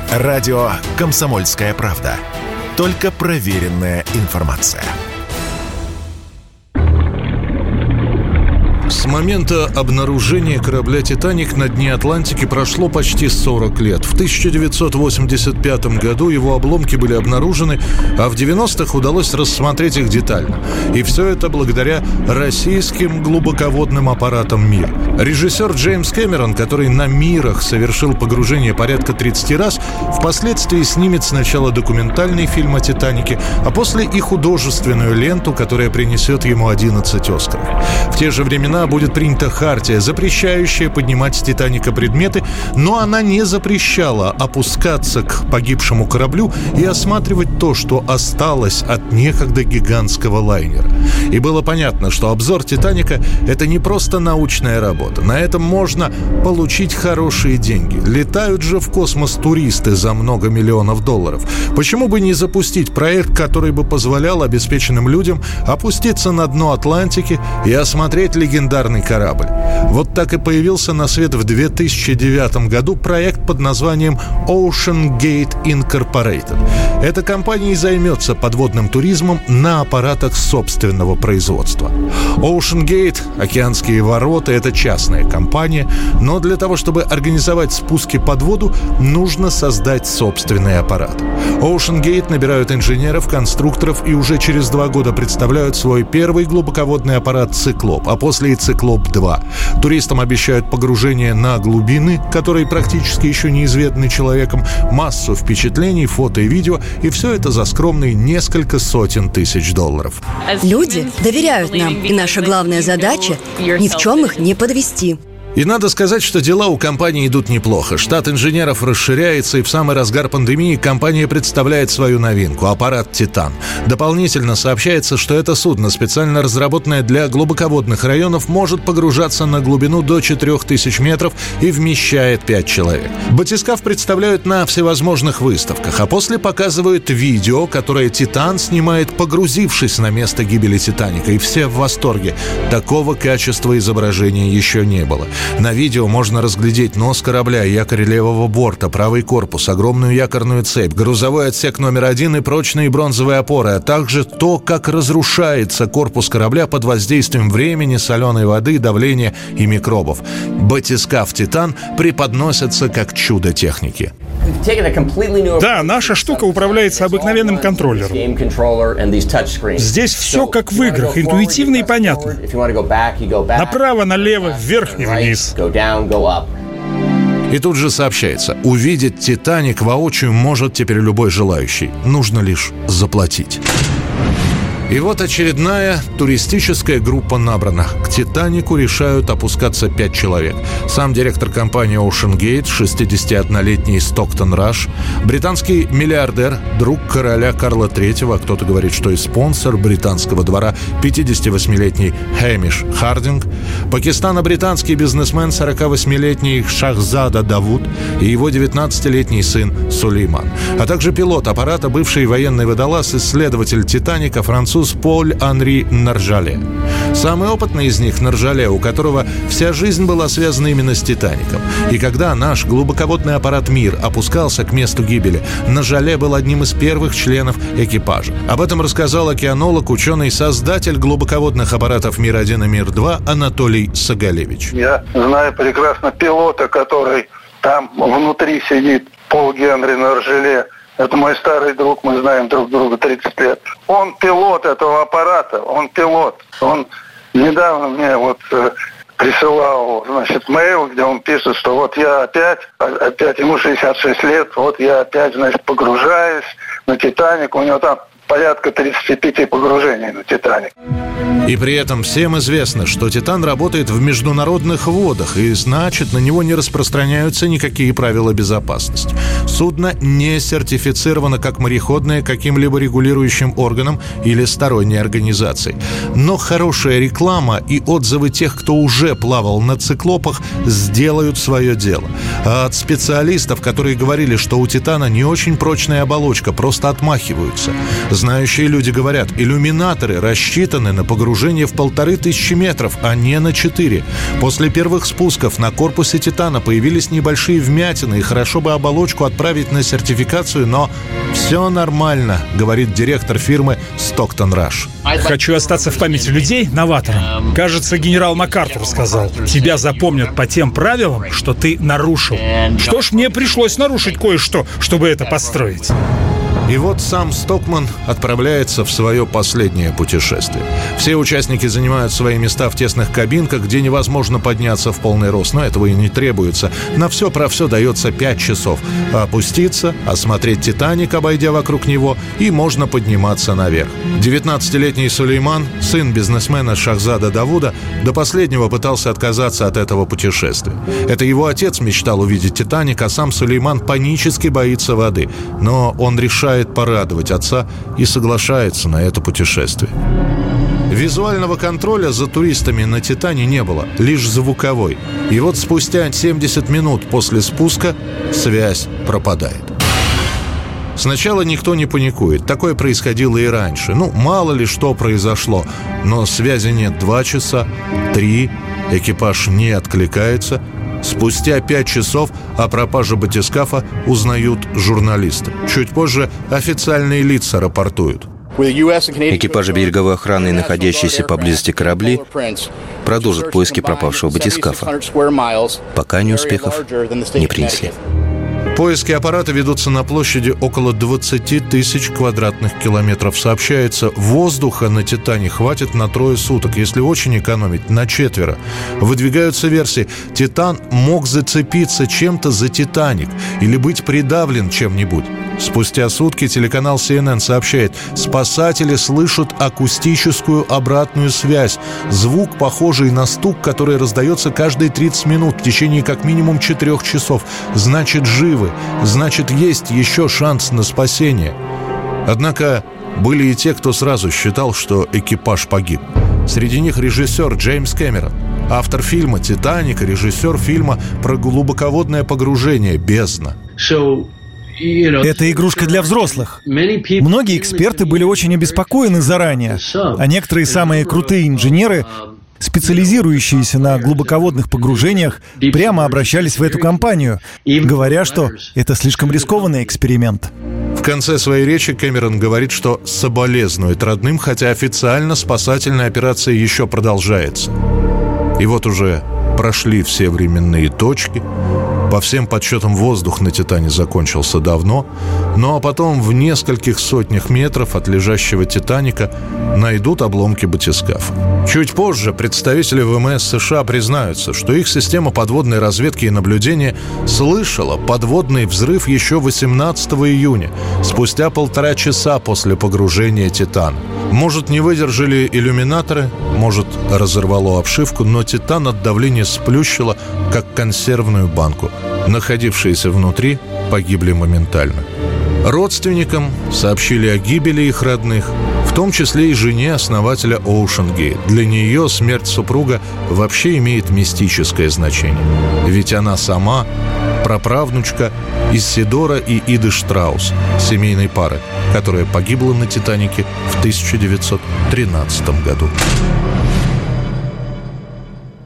Радио «Комсомольская правда». Только проверенная информация. С момента обнаружения корабля «Титаник» на дне Атлантики прошло почти 40 лет. В 1985 году его обломки были обнаружены, а в 90-х удалось рассмотреть их детально. И все это благодаря российским глубоководным аппаратам «Мир». Режиссер Джеймс Кэмерон, который на «Мирах» совершил погружение порядка 30 раз, впоследствии снимет сначала документальный фильм о «Титанике», а после и художественную ленту, которая принесет ему 11 «Оскаров». В те же времена будет принята хартия, запрещающая поднимать с «Титаника» предметы, но она не запрещала опускаться к погибшему кораблю и осматривать то, что осталось от некогда гигантского лайнера. И было понятно, что обзор «Титаника» — это не просто научная работа. На этом можно получить хорошие деньги. Летают же в космос туристы за много миллионов долларов. Почему бы не запустить проект, который бы позволял обеспеченным людям опуститься на дно Атлантики и осмотреть легендарный корабль? Вот так и появился на свет в 2009 году проект под названием Ocean Gate Incorporated. Эта компания и займется подводным туризмом на аппаратах собственного производства. Ocean Gate, океанские ворота, это частная компания, но для того, чтобы организовать спуски под воду, нужно создать собственный аппарат. Ocean Gate набирают инженеров, конструкторов и уже через 2 года представляют свой первый глубоководный аппарат «Циклоп», а после и «Циклоп-2». Туристам обещают погружение на глубины, которые практически еще неизведанны человеком, массу впечатлений, фото и видео, и все это за скромные несколько сотен тысяч долларов. Люди доверяют нам, и наша главная задача – ни в чем их не подвести. И надо сказать, что дела у компании идут неплохо. Штат инженеров расширяется, и в самый разгар пандемии компания представляет свою новинку – аппарат «Титан». Дополнительно сообщается, что это судно, специально разработанное для глубоководных районов, может погружаться на глубину до 4000 метров и вмещает 5 человек. Батискаф представляют на всевозможных выставках, а после показывают видео, которое «Титан» снимает, погрузившись на место гибели «Титаника». И все в восторге. Такого качества изображения еще не было. На видео можно разглядеть нос корабля, якорь левого борта, правый корпус, огромную якорную цепь, грузовой отсек номер 1 и прочные бронзовые опоры, а также то, как разрушается корпус корабля под воздействием времени, соленой воды, давления и микробов. Батискаф «Титан» преподносится как чудо техники. Да, наша штука управляется обыкновенным контроллером. Здесь все как в играх, интуитивно и понятно. Направо, налево, вверх и вниз. И тут же сообщается: увидеть «Титаник» воочию может теперь любой желающий. Нужно лишь заплатить. И вот очередная туристическая группа набрана. К «Титанику» решают опускаться 5 человек. Сам директор компании Ocean Gate, 61-летний Стоктон Раш, британский миллиардер, друг короля Карла III, а кто-то говорит, что и спонсор британского двора, 58-летний Хэмиш Хардинг, пакистано-британский бизнесмен, 48-летний Шахзада Давуд и его 19-летний сын Сулейман, а также пилот аппарата, бывший военный водолаз, исследователь «Титаника», француз Поль-Анри Наржале. Самый опытный из них — Наржале, у которого вся жизнь была связана именно с «Титаником». И когда наш глубоководный аппарат «Мир» опускался к месту гибели, Наржале был одним из первых членов экипажа. Об этом рассказал океанолог, ученый, создатель глубоководных аппаратов «Мир-1» и «Мир-2» Анатолий Сагалевич. Я знаю прекрасно пилота, который там внутри сидит, Пол-Генри Наржале. Это мой старый друг, мы знаем друг друга 30 лет. Он пилот этого аппарата, он пилот. Он недавно мне присылал, мейл, где он пишет, что вот я опять ему 66 лет, вот я опять, погружаюсь на «Титаник». У него там порядка 35 погружений на «Титаник». И при этом всем известно, что «Титан» работает в международных водах, и значит, на него не распространяются никакие правила безопасности. Судно не сертифицировано как мореходное каким-либо регулирующим органом или сторонней организацией. Но хорошая реклама и отзывы тех, кто уже плавал на «Циклопах», сделают свое дело. А от специалистов, которые говорили, что у «Титана» не очень прочная оболочка, просто отмахиваются. Знающие люди говорят, иллюминаторы рассчитаны на погружение в 1500 метров, а не на 4. После первых спусков на корпусе «Титана» появились небольшие вмятины, и хорошо бы оболочку отправить отправить на сертификацию, но все нормально, говорит директор фирмы Stockton Rush. Хочу остаться в памяти людей новатором. Кажется, генерал МакАртур сказал: тебя запомнят по тем правилам, что ты нарушил. Что ж, мне пришлось нарушить кое-что, чтобы это построить. И вот сам Стокман отправляется в свое последнее путешествие. Все участники занимают свои места в тесных кабинках, где невозможно подняться в полный рост, но этого и не требуется. На все про все дается 5 часов. Опуститься, осмотреть «Титаник», обойдя вокруг него, и можно подниматься наверх. 19-летний Сулейман, сын бизнесмена Шахзада Давуда, до последнего пытался отказаться от этого путешествия. Это его отец мечтал увидеть «Титаник», а сам Сулейман панически боится воды. Но он решает порадовать отца и соглашается на это путешествие. Визуального контроля за туристами на «Титане» не было, лишь звуковой. И вот спустя 70 минут после спуска связь пропадает. Сначала никто не паникует. Такое происходило и раньше. Мало ли что произошло. Но связи нет 2 часа, 3, экипаж не откликается. Спустя 5 часов о пропаже батискафа узнают журналисты. Чуть позже официальные лица рапортуют. Экипажи береговой охраны, находящиеся поблизости корабли, продолжат поиски пропавшего батискафа, пока неуспехов не принесли. Поиски аппарата ведутся на площади около 20 тысяч квадратных километров. Сообщается, воздуха на «Титане» хватит на 3 суток, если очень экономить, на 4. Выдвигаются версии. «Титан» мог зацепиться чем-то за «Титаник» или быть придавлен чем-нибудь. Спустя сутки телеканал CNN сообщает, спасатели слышат акустическую обратную связь. Звук, похожий на стук, который раздается каждые 30 минут в течение как минимум 4 часов. Значит, живы. Значит, есть еще шанс на спасение. Однако были и те, кто сразу считал, что экипаж погиб. Среди них режиссер Джеймс Кэмерон, автор фильма «Титаник», режиссер фильма про глубоководное погружение «Бездна». Это игрушка для взрослых. Многие эксперты были очень обеспокоены заранее, а некоторые самые крутые инженеры, специализирующиеся на глубоководных погружениях, прямо обращались в эту компанию, говоря, что это слишком рискованный эксперимент. В конце своей речи Кэмерон говорит, что соболезнует родным, хотя официально спасательная операция еще продолжается. И вот уже прошли все временные точки. По всем подсчетам, воздух на «Титане» закончился давно. Ну а потом в нескольких сотнях метров от лежащего «Титаника» найдут обломки батискафа. Чуть позже представители ВМС США признаются, что их система подводной разведки и наблюдения слышала подводный взрыв еще 18 июня, спустя 1,5 часа после погружения «Титана». Может, не выдержали иллюминаторы, может, разорвало обшивку, но «Титан» от давления сплющило, как консервную банку. Находившиеся внутри погибли моментально. Родственникам сообщили о гибели их родных, в том числе и жене основателя OceanGate. Для нее смерть супруга вообще имеет мистическое значение. Ведь она сама праправнучка Исидора и Иды Штраус, семейной пары, которая погибла на «Титанике» в 1913 году.